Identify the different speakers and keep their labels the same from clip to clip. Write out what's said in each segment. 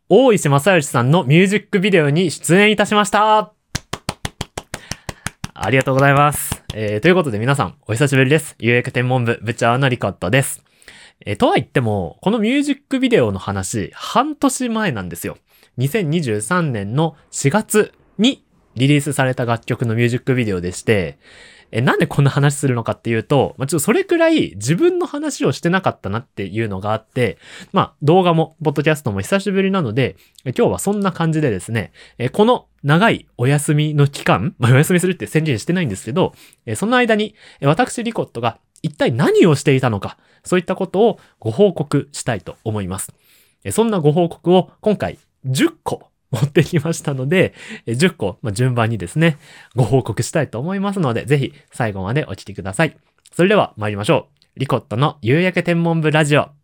Speaker 1: 大石正義さんのミュージックビデオに出演いたしました。ありがとうございます。ということで皆さん、お久しぶりです。有益天文部部長のリコットです。とは言っても、このミュージックビデオの話、半年前なんですよ。2023年の4月にリリースされた楽曲のミュージックビデオでして、なんでこんな話するのかっていうと、ちょっとそれくらい自分の話をしてなかったなっていうのがあって、動画も、ポッドキャストも久しぶりなので、今日はそんな感じでですね、この長いお休みの期間、お休みするって宣言してないんですけど、その間に、私リコットが一体何をしていたのか、そういったことをご報告したいと思います。そんなご報告を今回10個持ってきましたので、10個、順番にですね、ご報告したいと思いますので、ぜひ最後までお聞きください。それでは参りましょう。リコットの夕焼け天文部ラジオ。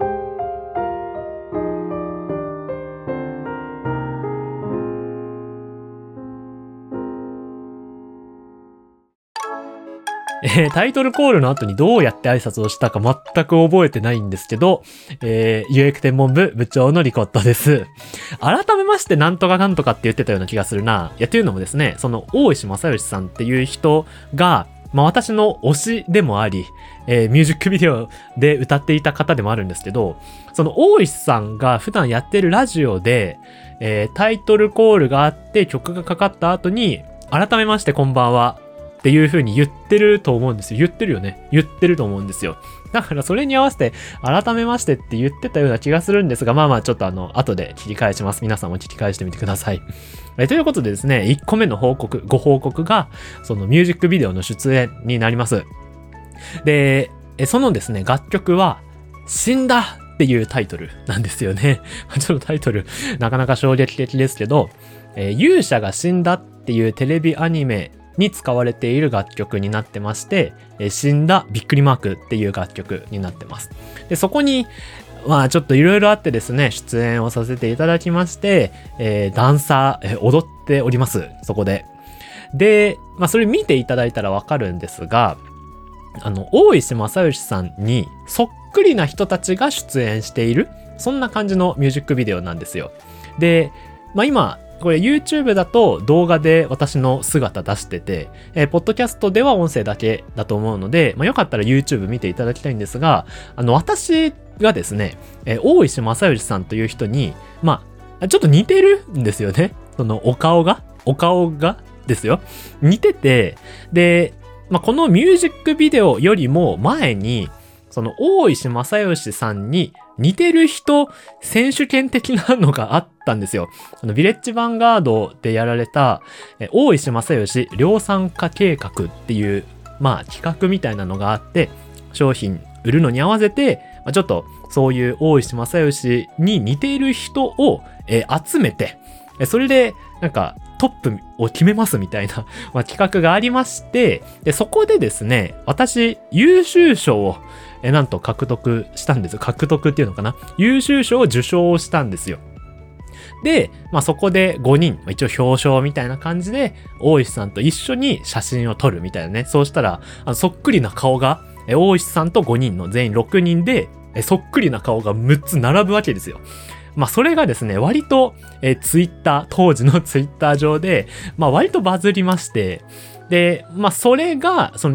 Speaker 1: タイトルコールの後にどうやって挨拶をしたか全く覚えてないんですけど、有益天文部部長のリコットです。改めましてなんとかかんとかって言ってたような気がするな。というのもですね、その大石正義さんっていう人が、私の推しでもあり、ミュージックビデオで歌っていた方でもあるんですけど、その大石さんが普段やってるラジオで、タイトルコールがあって曲がかかった後に、改めましてこんばんは。っていう風に言ってると思うんですよ。言ってるよね。言ってると思うんですよ。だからそれに合わせて改めましてって言ってたような気がするんですが、ちょっと後で切り返します。皆さんも聞き返してみてください。ということでですね、1個目のご報告が、そのミュージックビデオの出演になります。で、そのですね、楽曲は、死んだっていうタイトルなんですよね。ちょっとタイトル、なかなか衝撃的ですけど、勇者が死んだっていうテレビアニメに使われている楽曲になってまして、死んだびっくりマークっていう楽曲になってます。で、そこに、ちょっといろいろあってですね、出演をさせていただきまして、ダンサー、踊っております。そこで。で、それ見ていただいたらわかるんですが、大石正義さんにそっくりな人たちが出演している、そんな感じのミュージックビデオなんですよ。で、今、これ YouTube だと動画で私の姿出してて、ポッドキャストでは音声だけだと思うので、よかったら YouTube 見ていただきたいんですが、私がですね、大石正義さんという人に、ちょっと似てるんですよね。そのお顔がですよ。似てて、で、このミュージックビデオよりも前に、その大石正義さんに似てる人選手権的なのがあったんですよ。ヴィレッジヴァンガードでやられた大石正義量産化計画っていう企画みたいなのがあって、商品売るのに合わせてちょっとそういう大石正義に似ている人を集めて、それでトップを決めますみたいな企画がありまして、でそこでですね、私優秀賞をなんと獲得したんですよ。獲得っていうのかな、優秀賞を受賞したんですよ。で、そこで5人、一応表彰みたいな感じで、大石さんと一緒に写真を撮るみたいなね。そうしたら、そっくりな顔が、大石さんと5人の全員6人で、そっくりな顔が6つ並ぶわけですよ。それがですね、割と、当時のツイッター上で、割とバズりまして、で、それが、その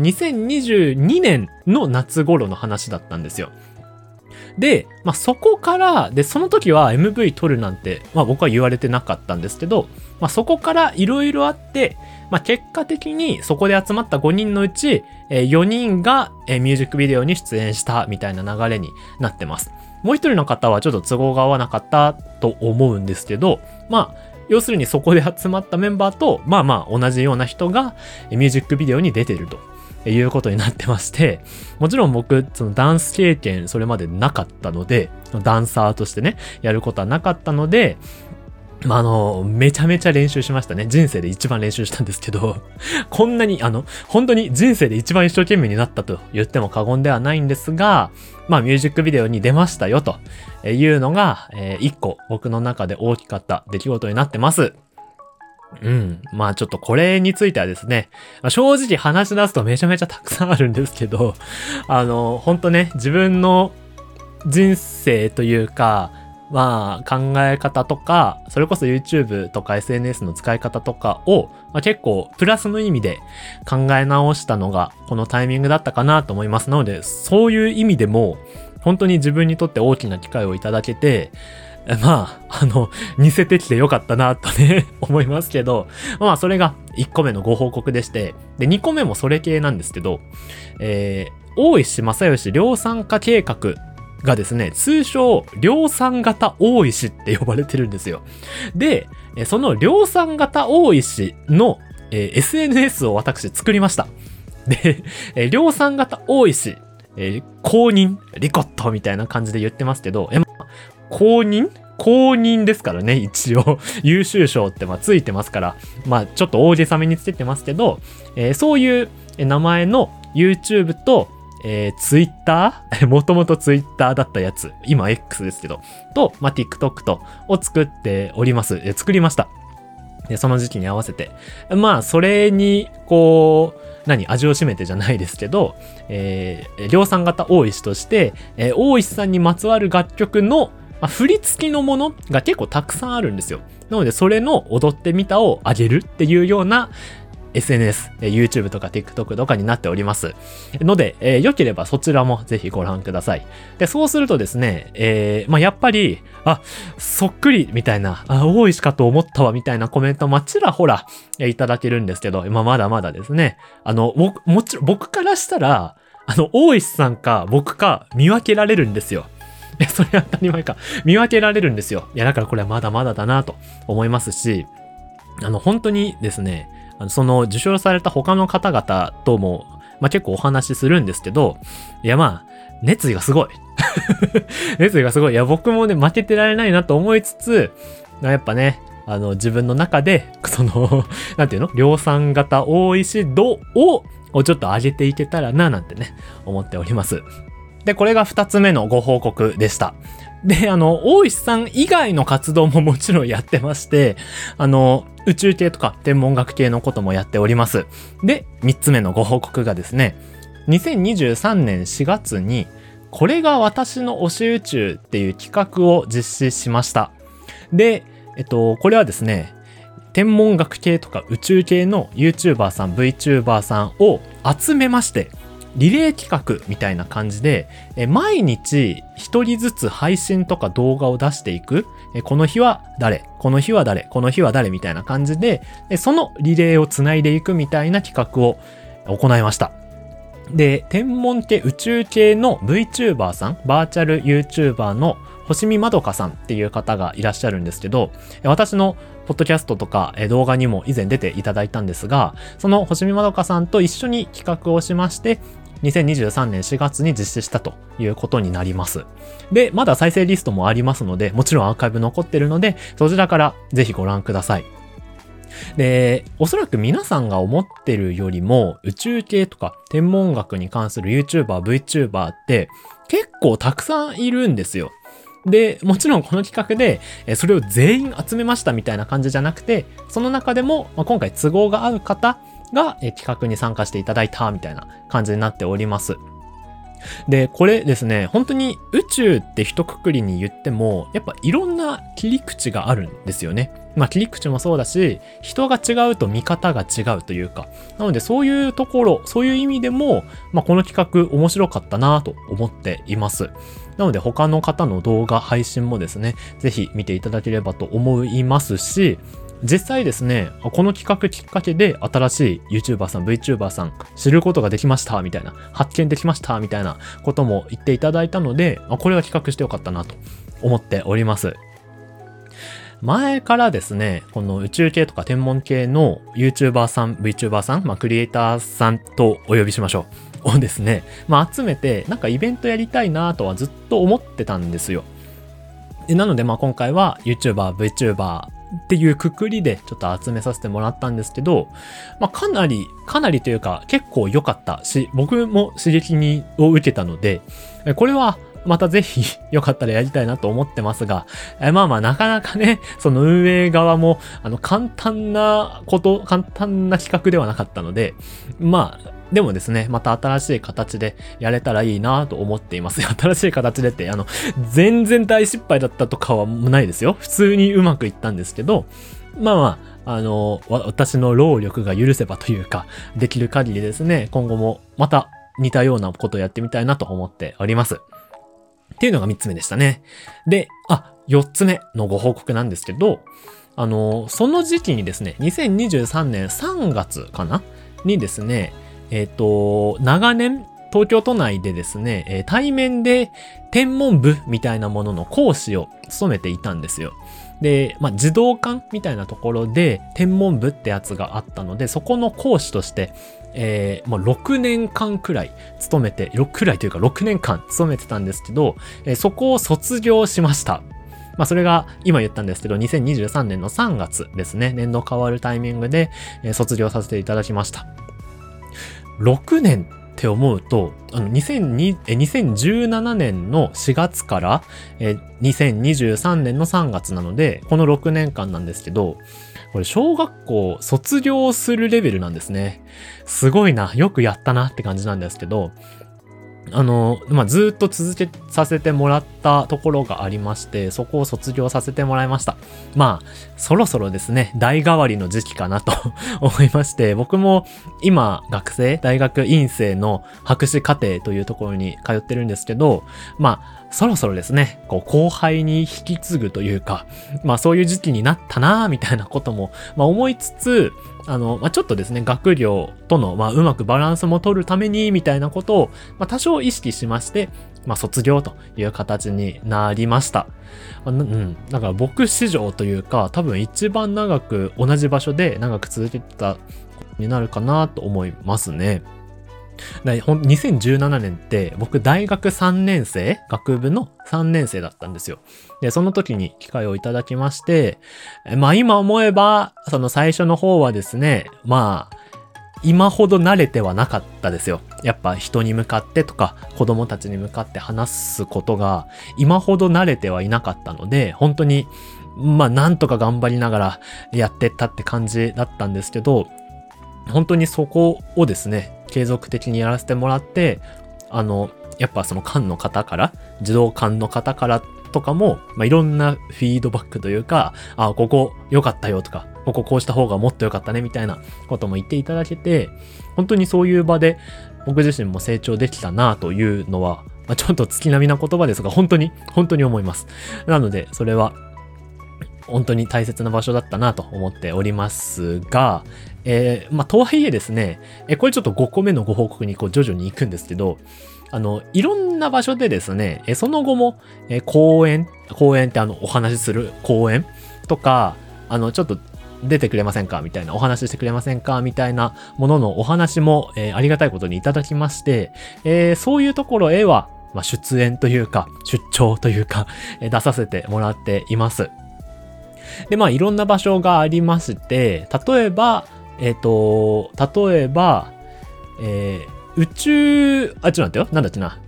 Speaker 1: 2022年の夏頃の話だったんですよ。で、そこから、で、その時は MV 撮るなんて、僕は言われてなかったんですけど、そこからいろいろあって、結果的にそこで集まった5人のうち、4人が、ミュージックビデオに出演したみたいな流れになってます。もう一人の方はちょっと都合が合わなかったと思うんですけど、要するにそこで集まったメンバーと、同じような人がミュージックビデオに出てるということになってまして、もちろん僕、そのダンス経験それまでなかったので、ダンサーとしてね、やることはなかったので、めちゃめちゃ練習しましたね。人生で一番練習したんですけど、こんなに、本当に人生で一番一生懸命になったと言っても過言ではないんですが、ミュージックビデオに出ましたよというのが、一個僕の中で大きかった出来事になってます。ちょっとこれについてはですね、正直話し出すとめちゃめちゃたくさんあるんですけど、ほんとね、自分の人生というか、 まあ考え方とか、それこそ YouTube とか SNS の使い方とかを、結構プラスの意味で考え直したのがこのタイミングだったかなと思います。なので、そういう意味でも本当に自分にとって大きな機会をいただけて、まあ、似せてきてよかったなとね、思いますけど、まあ、それが1個目のご報告でして、で、2個目もそれ系なんですけど、大石正義量産化計画がですね、通称、量産型大石って呼ばれてるんですよ。で、その量産型大石の、SNS を私作りました。で、量産型大石、公認、リコットみたいな感じで言ってますけど、公認ですからね、一応。優秀賞ってついてますから、ちょっと大げさめにつけてますけど、そういう名前の YouTube と、Twitter もともと Twitter だったやつ、今 X ですけど、と、TikTok と、を作っております。作りました。で、その時期に合わせて。それに、味を占めてじゃないですけど、量産型大石として、大石さんにまつわる楽曲の、振り付きのものが結構たくさんあるんですよ。なので、それの踊ってみたをあげるっていうような SNS、YouTube とか TikTok とかになっております。ので、良ければそちらもぜひご覧ください。で、そうするとですね、やっぱり、そっくりみたいな、大石かと思ったわみたいなコメントちらほらいただけるんですけど、まだまだですね。もちろん僕からしたら、大石さんか僕か見分けられるんですよ。それ当たり前か。見分けられるんですよ。いや、だからこれはまだまだだなと思いますし、本当にですね、その受賞された他の方々とも、結構お話しするんですけど、いや熱意がすごい。熱意がすごい。いや、僕もね、負けてられないなと思いつつ、やっぱね、自分の中で、なんていうの？量産型大石度をちょっと上げていけたらな、なんてね、思っております。で、これが2つ目のご報告でした。で、大石さん以外の活動ももちろんやってまして、宇宙系とか天文学系のこともやっております。で、3つ目のご報告がですね、2023年4月に、これが私の推し宇宙っていう企画を実施しました。で、これはですね、天文学系とか宇宙系の YouTuber さん、VTuber さんを集めまして、リレー企画みたいな感じで、毎日一人ずつ配信とか動画を出していく。この日は誰、この日は誰、この日は誰みたいな感じで、そのリレーをつないでいくみたいな企画を行いました。で、天文系、宇宙系の VTuber さん、バーチャル YouTuber の星見まどかさんっていう方がいらっしゃるんですけど、私のポッドキャストとか動画にも以前出ていただいたんですが、その星見まどかさんと一緒に企画をしまして、2023年4月に実施したということになります。で、まだ再生リストもありますので、もちろんアーカイブ残ってるので、そちらからぜひご覧ください。で、おそらく皆さんが思ってるよりも、宇宙系とか天文学に関する YouTuber、VTuber って結構たくさんいるんですよ。で、もちろんこの企画で、それを全員集めましたみたいな感じじゃなくて、その中でも、今回都合が合う方が、企画に参加していただいたみたいな感じになっております。で、これですね、本当に宇宙って一括りに言っても、やっぱいろんな切り口があるんですよね。切り口もそうだし、人が違うと見方が違うというか。なのでそういうところ、そういう意味でも、この企画面白かったなと思っています。なので他の方の動画配信もですね、ぜひ見ていただければと思いますし、実際ですね、この企画きっかけで新しい YouTuber さん、VTuber さん知ることができましたみたいな、発見できましたみたいなことも言っていただいたので、これは企画してよかったなと思っております。前からですね、この宇宙系とか天文系の YouTuber さん、VTuber さん、クリエイターさんとお呼びしましょう。をですね、集めてなんかイベントやりたいなとはずっと思ってたんですよ。なので今回は YouTuber、VTuber っていうくくりでちょっと集めさせてもらったんですけど、かなりというか結構良かったし、僕も刺激を受けたので、これはまたぜひよかったらやりたいなと思ってますが、なかなかね、その運営側も簡単な企画ではなかったので、 でもですね、また新しい形でやれたらいいなと思っています。新しい形でって、全然大失敗だったとかはないですよ。普通にうまくいったんですけど、私の労力が許せばというか、できる限りですね、今後もまた似たようなことをやってみたいなと思っております。っていうのが3つ目でしたね。で、4つ目のご報告なんですけど、その時期にですね、2023年3月かなにですね、長年、東京都内でですね、対面で天文部みたいなものの講師を務めていたんですよ。で、児童館みたいなところで天文部ってやつがあったので、そこの講師として、6年間くらい勤めて、6年間勤めてたんですけど、そこを卒業しました。それが今言ったんですけど、2023年の3月ですね。年度変わるタイミングで、卒業させていただきました。6年って思うと、2017年の4月から、2023年の3月なので、この6年間なんですけど、これ小学校卒業するレベルなんですね。すごいな、よくやったなって感じなんですけど、ずっと続けさせてもらったところがありまして、そこを卒業させてもらいました。そろそろですね、代替わりの時期かなと思いまして、僕も今、大学院生の博士課程というところに通ってるんですけど、そろそろですね、後輩に引き継ぐというか、そういう時期になったなみたいなことも、思いつつ、ちょっとですね、学業との、うまくバランスも取るために、みたいなことを、多少意識しまして、卒業という形になりました。だから僕史上というか、多分一番長く同じ場所で長く続けてたことになるかなと思いますね。2017年って僕大学3年生、学部の3年生だったんですよ。で、その時に機会をいただきまして、今思えば、その最初の方はですね、今ほど慣れてはなかったですよ。やっぱ人に向かってとか子供たちに向かって話すことが今ほど慣れてはいなかったので、本当になんとか頑張りながらやってったって感じだったんですけど、本当にそこをですね、継続的にやらせてもらって、やっぱその館の方から、児童館の方からとかも、いろんなフィードバックというか、ここ良かったよとか、こここうした方がもっと良かったねみたいなことも言っていただけて、本当にそういう場で僕自身も成長できたなというのは、ちょっと月並みな言葉ですが、本当に思います。なので、それは本当に大切な場所だったなと思っておりますが、とはいえですね、これちょっと5個目のご報告に徐々に行くんですけど、いろんな場所でですね、その後も、講演ってお話しする講演とか、ちょっと出てくれませんかみたいな、お話ししてくれませんかみたいなもののお話も、ありがたいことにいただきまして、そういうところへは、出演というか、出張というか、出させてもらっています。で、いろんな場所がありまして、例えば、宇宙、ちょっと待ってよ。なんだっけな。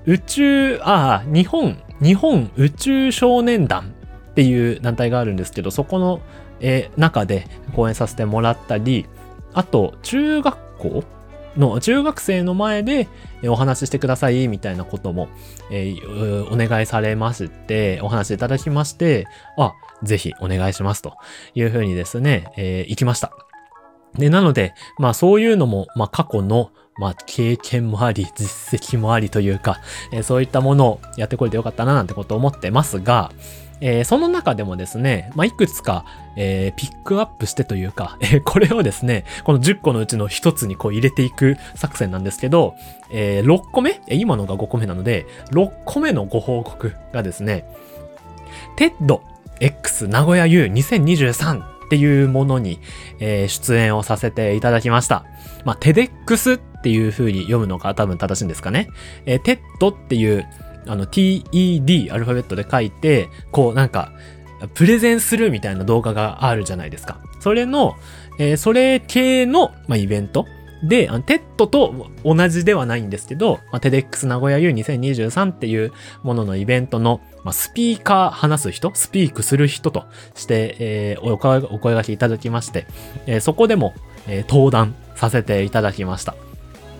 Speaker 1: 日本宇宙少年団っていう団体があるんですけど、そこの、中で講演させてもらったり、あと、中学生の前でお話ししてくださいみたいなことも、お願いされまして、お話いただきまして、ぜひお願いしますというふうにですね、行きました。で、なので、そういうのも、過去の、経験もあり、実績もありというか、そういったものをやってこれてよかったななんてことを思ってますが、その中でもですね、いくつか、ピックアップしてというか、これをですね、この10個のうちの1つに入れていく作戦なんですけど、6個目今のが5個目なので、6個目のご報告がですね、TEDx 名古屋 U2023 っていうものに、出演をさせていただきました。TEDx っていう風に読むのが多分正しいんですかね。TED っていう、TED アルファベットで書いて、プレゼンするみたいな動画があるじゃないですか。それ系の、イベントで、TED と同じではないんですけど、TEDx 名古屋 U2023 っていうもののイベントの、スピークする人として、お声掛けいただきまして、そこでも、登壇させていただきました。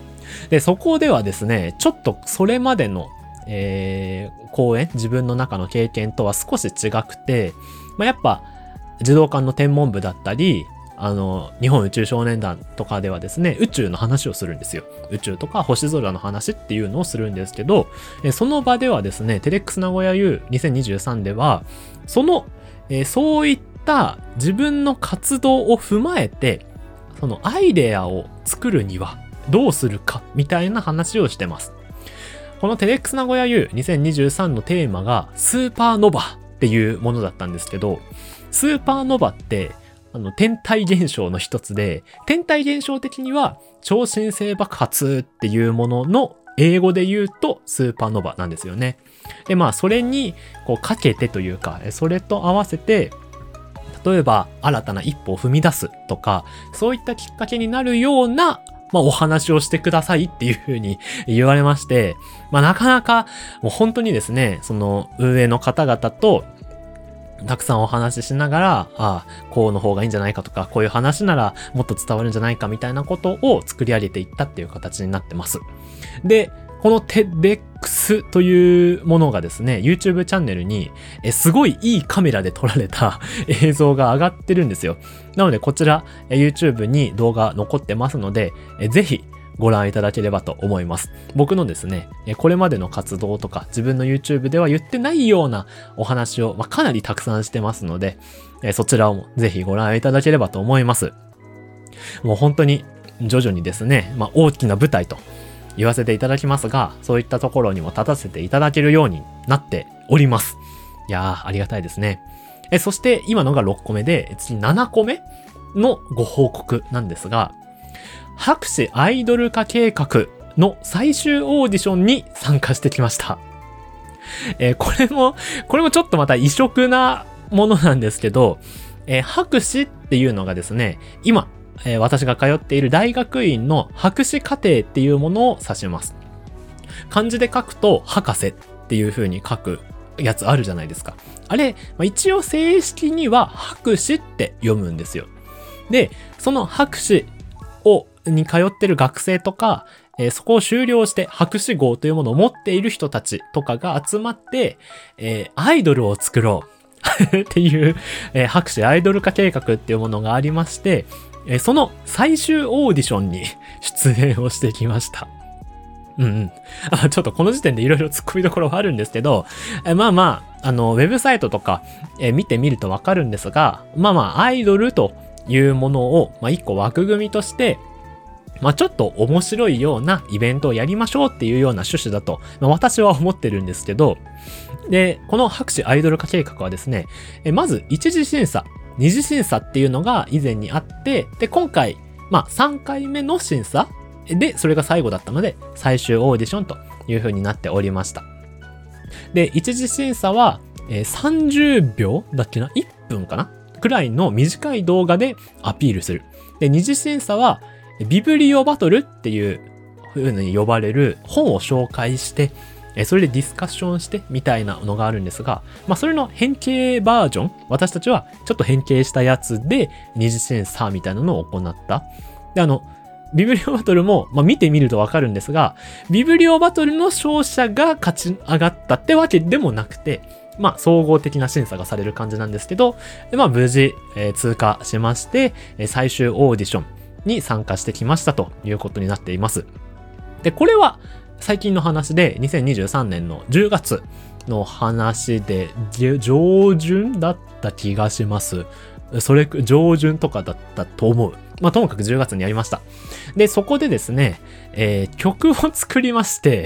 Speaker 1: で、そこではですね、ちょっとそれまでの、公演、自分の中の経験とは少し違くて、やっぱ、児童館の天文部だったり、日本宇宙少年団とかではですね、宇宙の話をするんですよ。宇宙とか星空の話っていうのをするんですけど、その場ではですね、テレックス名古屋 U2023 では、そういった自分の活動を踏まえて、そのアイデアを作るにはどうするかみたいな話をしてます。このテレックス名古屋 U2023 のテーマがスーパーノバっていうものだったんですけど、スーパーノバって天体現象の一つで、天体現象的には超新星爆発っていうものの英語で言うとスーパーノバなんですよね。で、それにかけてというか、それと合わせて、例えば新たな一歩を踏み出すとか、そういったきっかけになるようなお話をしてくださいっていう風に言われまして、なかなかもう本当にですね、その運営の方々とたくさんお話ししながら、こうの方がいいんじゃないかとか、こういう話ならもっと伝わるんじゃないかみたいなことを作り上げていったっていう形になってます。で、このテレックスというものがですね、YouTube チャンネルにすごいいいカメラで撮られた映像が上がってるんですよ。なのでこちら YouTube に動画残ってますので、ぜひご覧いただければと思います。僕のですね、これまでの活動とか自分の YouTube では言ってないようなお話をかなりたくさんしてますので、そちらをぜひご覧いただければと思います。もう本当に徐々にですね、大きな舞台と言わせていただきますが、そういったところにも立たせていただけるようになっております。いやー、ありがたいですね。そして今のが6個目で、次7個目のご報告なんですが、博士アイドル化計画の最終オーディションに参加してきました。これもちょっとまた異色なものなんですけど、博士っていうのがですね、今、私が通っている大学院の博士課程っていうものを指します。漢字で書くと博士っていう風に書くやつあるじゃないですか。あれ、一応正式には博士って読むんですよ。で、その博士に通ってる学生とか、そこを修了して博士号というものを持っている人たちとかが集まって、アイドルを作ろうっていう、博士アイドル化計画っていうものがありまして、その最終オーディションに出演をしてきました。ちょっとこの時点でいろいろ突っ込みどころはあるんですけど、ウェブサイトとか、見てみるとわかるんですが、アイドルというものを、一個枠組みとして、ちょっと面白いようなイベントをやりましょうっていうような趣旨だと、私は思ってるんですけど、で、この博士アイドル化計画はですね、まず一次審査、二次審査っていうのが以前にあって、で、今回、3回目の審査で、それが最後だったので、最終オーディションという風になっておりました。で、一次審査は、30秒だっけな ?1 分かなくらいの短い動画でアピールする。で、二次審査は、ビブリオバトルっていう風に呼ばれる本を紹介して、それでディスカッションしてみたいなのがあるんですが、それの変形バージョン、私たちはちょっと変形したやつで二次審査みたいなのを行った。で、ビブリオバトルも、見てみるとわかるんですが、ビブリオバトルの勝者が勝ち上がったってわけでもなくて、総合的な審査がされる感じなんですけど、で無事、通過しまして、最終オーディションに参加してきましたということになっています。で、これは最近の話で、2023年の10月の話で、上旬だった気がします。上旬とかだったと思う。ともかく10月にやりました。で、そこでですね、曲を作りまして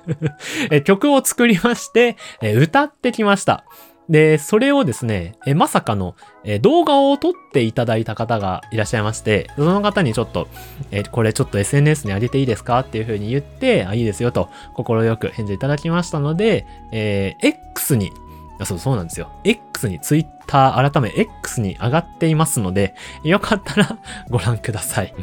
Speaker 1: 歌ってきました。で、それをですね、まさかの、動画を撮っていただいた方がいらっしゃいまして、その方にちょっと、これちょっと SNS に上げていいですかっていう風に言って、いいですよと、心く返事いただきましたので、X に、そうなんですよ。X に、Twitter 改め X に上がっていますので、よかったらご覧ください。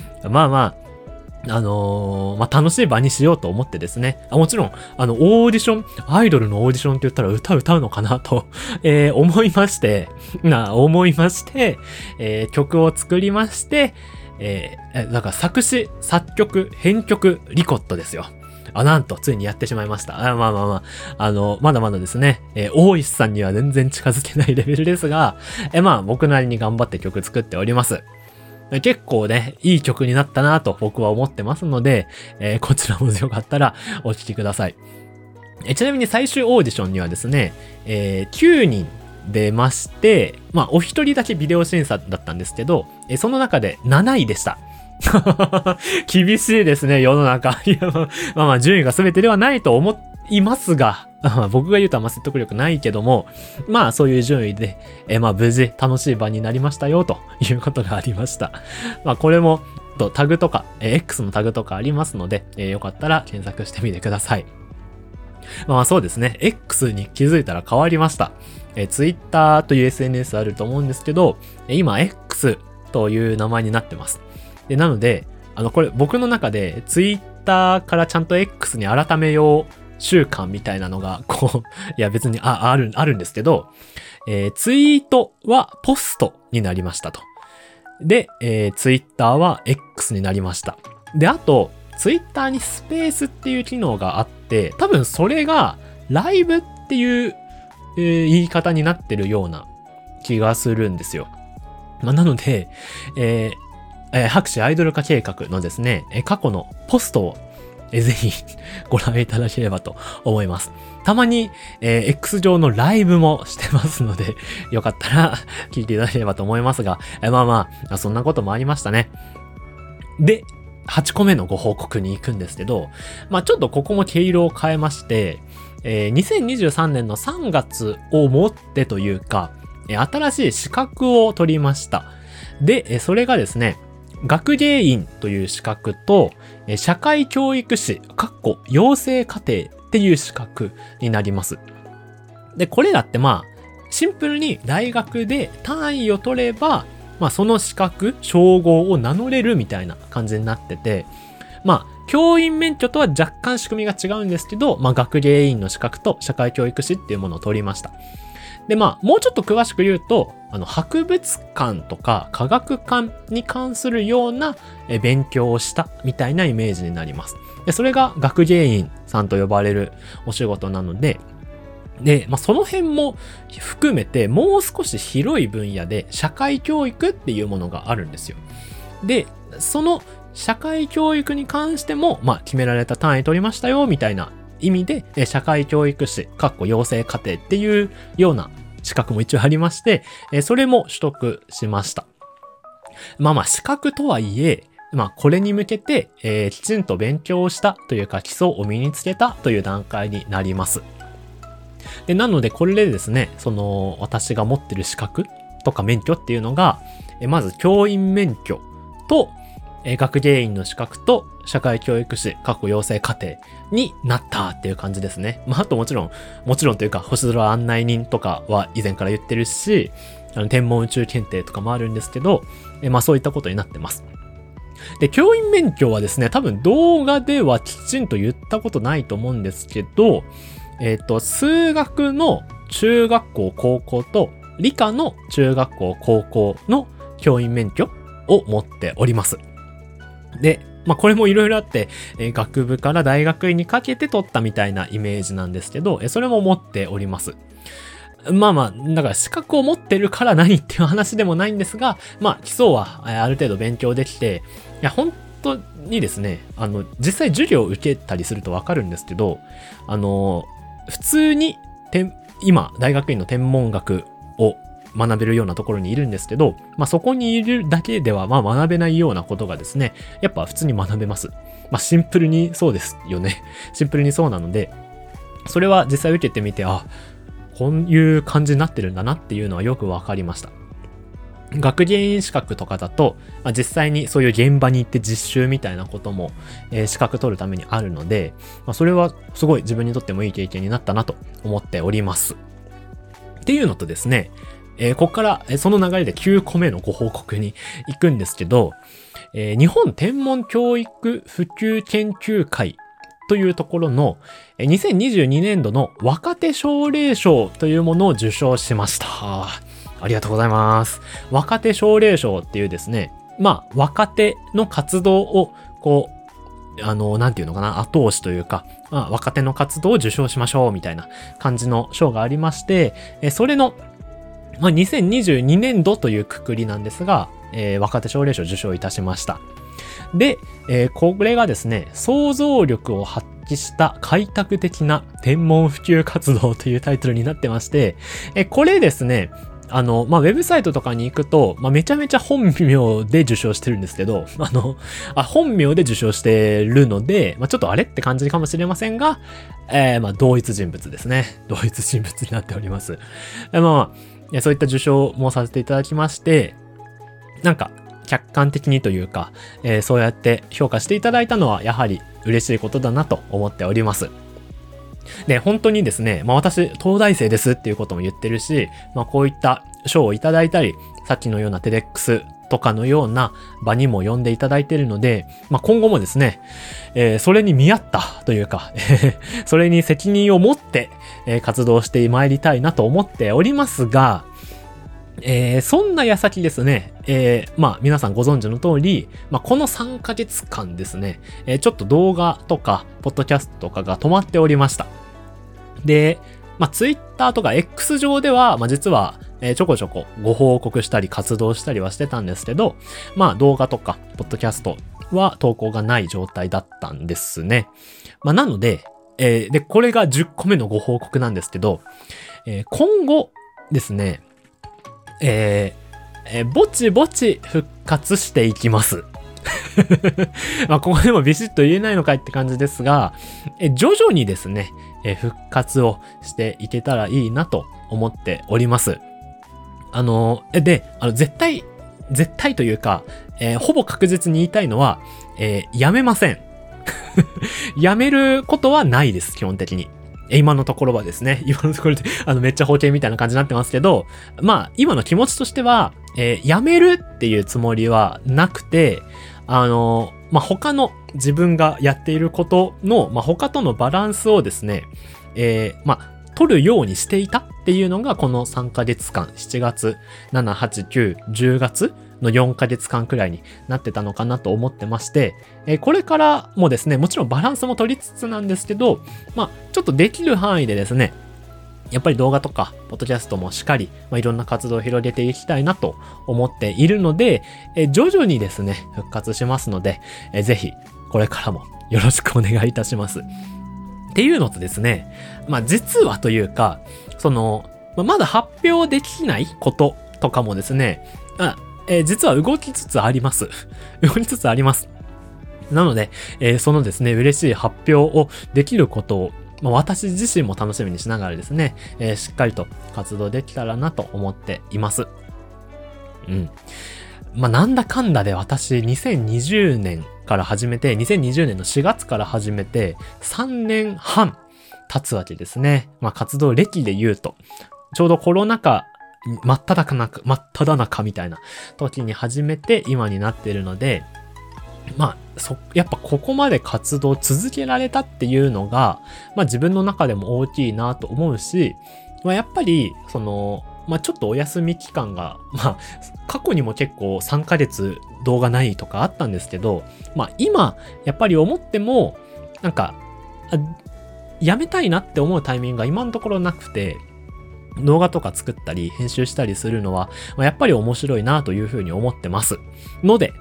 Speaker 1: 楽しい場にしようと思ってですね。もちろん、オーディション、アイドルのオーディションって言ったら歌うのかなと、思いまして、曲を作りまして、 だから作詞、作曲、編曲、リコットですよ。なんと、ついにやってしまいました。まだまだですね、大石さんには全然近づけないレベルですが、僕なりに頑張って曲作っております。結構ね、いい曲になったなと僕は思ってますので、こちらもよかったらお聴きください。ちなみに最終オーディションにはですね、9人出まして、お一人だけビデオ審査だったんですけど、その中で7位でした。厳しいですね、世の中。いや、順位が全てではないと思いますが、僕が言うと説得力ないけども、そういう順位で、無事楽しい場になりましたよ、ということがありました。これも、タグとか、X のタグとかありますので、よかったら検索してみてください。そうですね、X に気づいたら変わりました。Twitter という SNS あると思うんですけど、今 X という名前になってます。で、なので、これ僕の中で Twitter からちゃんと X に改めよう習慣みたいなのが、いや別にあるんですけど、ツイートはポストになりましたと。で、Twitter は X になりました。で、あと、Twitter にスペースっていう機能があって、多分それがライブっていう、言い方になってるような気がするんですよ。なので、博士アイドル化計画のですね、過去のポストをぜひご覧いただければと思います。たまに、X 上のライブもしてますので、よかったら聞いていただければと思いますが、そんなこともありましたね。で、8個目のご報告に行くんですけど、ちょっとここも毛色を変えまして、2023年の3月をもってというか、新しい資格を取りました。で、それがですね、学芸員という資格と、社会教育士、養成課程っていう資格になります。で、これらってシンプルに大学で単位を取れば、その資格、称号を名乗れるみたいな感じになってて、教員免許とは若干仕組みが違うんですけど、学芸員の資格と社会教育士っていうものを取りました。で、もうちょっと詳しく言うと、博物館とか科学館に関するような勉強をしたみたいなイメージになります。で、それが学芸員さんと呼ばれるお仕事なので、その辺も含めてもう少し広い分野で社会教育っていうものがあるんですよ。で、その社会教育に関しても、決められた単位取りましたよみたいな意味で、社会教育士、養成課程っていうような資格も一応ありまして、それも取得しました。資格とはいえ、これに向けて、きちんと勉強したというか基礎を身につけたという段階になります。で、なのでこれでですね、私が持ってる資格とか免許っていうのが、まず教員免許と、学芸員の資格と社会教育士、養成課程になったっていう感じですね。あともちろんというか、星空案内人とかは以前から言ってるし、天文宇宙検定とかもあるんですけど、そういったことになってます。で、教員免許はですね、多分動画ではきちんと言ったことないと思うんですけど、数学の中学校、高校と理科の中学校、高校の教員免許を持っております。で、これもいろいろあって、学部から大学院にかけて取ったみたいなイメージなんですけど、それも持っております。だから資格を持ってるから何っていう話でもないんですが、基礎はある程度勉強できて、いや、本当にですね、実際授業を受けたりするとわかるんですけど、普通に今、大学院の天文学を学べるようなところにいるんですけど、そこにいるだけでは学べないようなことがですね、やっぱ普通に学べます。シンプルにそうですよね。シンプルにそうなので、それは実際受けてみて、こういう感じになってるんだなっていうのはよくわかりました。学芸員資格とかだと、実際にそういう現場に行って実習みたいなことも、資格取るためにあるので、それはすごい自分にとってもいい経験になったなと思っております。っていうのとですね、ここからその流れで9個目のご報告に行くんですけど、日本天文教育普及研究会というところの2022年度の若手奨励賞というものを受賞しました。ありがとうございます。若手奨励賞っていうですね、 まあ、若手の活動を、こう、なんていうのかな、後押しというか、まあ、若手の活動を受賞しましょう、みたいな感じの賞がありまして、それの、まあ、2022年度というくくりなんですが、若手奨励賞を受賞いたしました。で、これがですね、想像力を発揮した開拓的な天文普及活動というタイトルになってまして、これですね、まあ、ウェブサイトとかに行くと、まあ、めちゃめちゃ本名で受賞してるんですけど、本名で受賞してるので、まあ、ちょっとあれって感じかもしれませんが、まあ、同一人物ですね。同一人物になっております。まあ、そういった受賞もさせていただきまして、なんか、客観的にというか、そうやって評価していただいたのは、やはり嬉しいことだなと思っております。で、本当にですね、まあ私、東大生ですっていうことも言ってるし、まあこういった賞をいただいたり、さっきのようなテレックスとかのような場にも呼んでいただいているので、まあ今後もですね、それに見合ったというか、それに責任を持って、活動してまいりたいなと思っておりますが、そんな矢先ですね、まあ皆さんご存知の通り、まあこの3ヶ月間ですね、ちょっと動画とか、ポッドキャストとかが止まっておりました。で、まあ Twitter とか X 上では、まあ実は、ちょこちょこご報告したり活動したりはしてたんですけど、まあ動画とか、ポッドキャストは投稿がない状態だったんですね。まあなので、で、これが10個目のご報告なんですけど、今後ですね、ぼちぼち復活していきます。まあ、ここでもビシッと言えないのかいって感じですが、徐々にですね、復活をしていけたらいいなと思っております。絶対というか、ほぼ確実に言いたいのは、やめません。やめることはないです、基本的に。今のところはですね、今のところで、めっちゃ方形みたいな感じになってますけど、まあ、今の気持ちとしては、やめるっていうつもりはなくて、まあ、他の自分がやっていることの、まあ、他とのバランスをですね、まあ、取るようにしていたっていうのが、この3ヶ月間、7月、7、8、9、10月の4ヶ月間くらいになってたのかなと思ってまして、これからもですね、もちろんバランスも取りつつなんですけど、まあ、ちょっとできる範囲でですね、やっぱり動画とか、ポッドキャストもしっかり、まあ、いろんな活動を広げていきたいなと思っているので、徐々にですね、復活しますので、ぜひ、これからもよろしくお願いいたします。っていうのとですね、まあ、実はというか、まだ発表できないこととかもですね、実は動きつつあります。動きつつあります。なので、そのですね、嬉しい発表をできることを、まあ、私自身も楽しみにしながらですね、しっかりと活動できたらなと思っています。うん。まあ、なんだかんだで私2020年から始めて、2020年の4月から始めて、3年半経つわけですね。まあ、活動歴で言うと、ちょうどコロナ禍、真っ只中みたいな時に始めて今になっているので、まあ、やっぱここまで活動を続けられたっていうのが、まあ自分の中でも大きいなと思うし、まあやっぱり、まあちょっとお休み期間が、まあ過去にも結構3ヶ月動画ないとかあったんですけど、まあ今、やっぱり思っても、なんか、やめたいなって思うタイミングが今のところなくて、動画とか作ったり編集したりするのは、まあ、やっぱり面白いなというふうに思ってます。ので、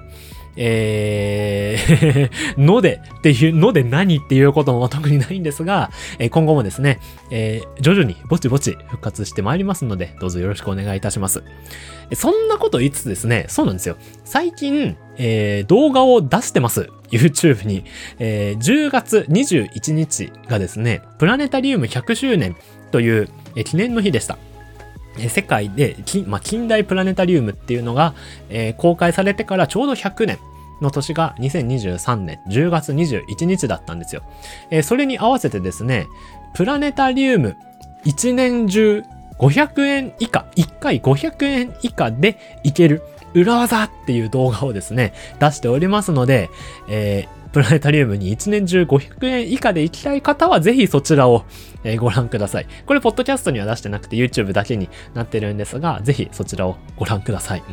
Speaker 1: のでっていうので何っていうことも特にないんですが、今後もですね、徐々にぼちぼち復活してまいりますので、どうぞよろしくお願いいたします。そんなこと言いつつですね、そうなんですよ。最近、動画を出してます。YouTube に。10月21日がですね、プラネタリウム100周年という記念の日でした。世界で、近代プラネタリウムっていうのが、公開されてからちょうど100年の年が2023年10月21日だったんですよ。それに合わせてですね、プラネタリウム一年中500円以下、1回500円以下で行ける裏技っていう動画をですね、出しておりますので、プラネタリウムに一年中500円以下で行きたい方はぜひそちらをご覧ください。これポッドキャストには出してなくて YouTube だけになってるんですが、ぜひそちらをご覧ください。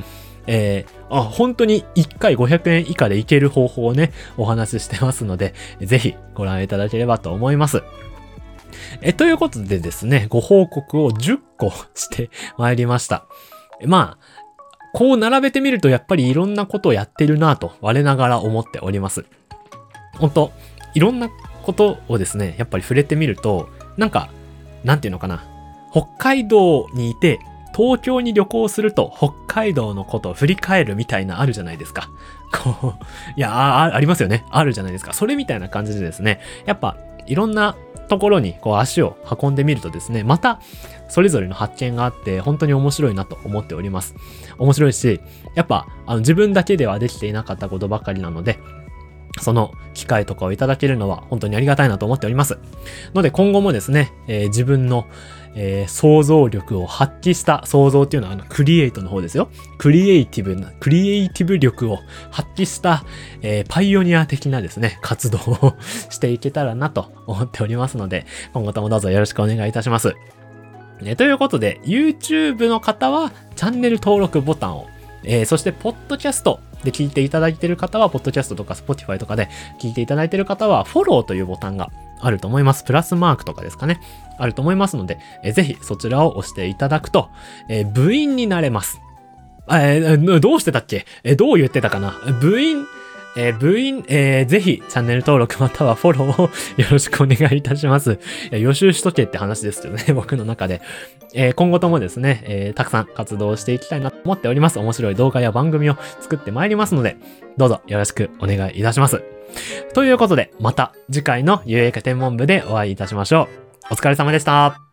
Speaker 1: 本当に1回500円以下でいける方法をね、お話ししてますので、ぜひご覧いただければと思います。ということでですね、ご報告を10個してまいりました。まあ、こう並べてみるとやっぱりいろんなことをやってるなぁと我ながら思っております。本当いろんなことをですね、やっぱり触れてみると、なんていうのかな。北海道にいて、東京に旅行すると北海道のことを振り返るみたいなあるじゃないですか。ありますよね。あるじゃないですか。それみたいな感じでですね、やっぱいろんなところに足を運んでみるとですね、またそれぞれの発見があって本当に面白いなと思っております。面白いし、やっぱ自分だけではできていなかったことばかりなので、その機会とかをいただけるのは本当にありがたいなと思っております。ので今後もですね、自分の、想像力を発揮した想像っていうのはクリエイトの方ですよ。クリエイティブ力を発揮した、パイオニア的なですね、活動をしていけたらなと思っておりますので、今後ともどうぞよろしくお願いいたします。ということで、YouTube の方はチャンネル登録ボタンを、そして、ポッドキャストで聞いていただいている方は、ポッドキャストとか Spotify とかで聞いていただいている方は、フォローというボタンがあると思います。プラスマークとかですかね。あると思いますので、ぜひそちらを押していただくと、部員になれます。どうしてたっけ？どう言ってたかな？部員、ぜひチャンネル登録またはフォローをよろしくお願いいたします。予習しとけって話ですよね、僕の中で。今後ともですね、たくさん活動していきたいなと思っております。面白い動画や番組を作ってまいりますので、どうぞよろしくお願いいたします。ということで、また次回の有益天文部でお会いいたしましょう。お疲れ様でした。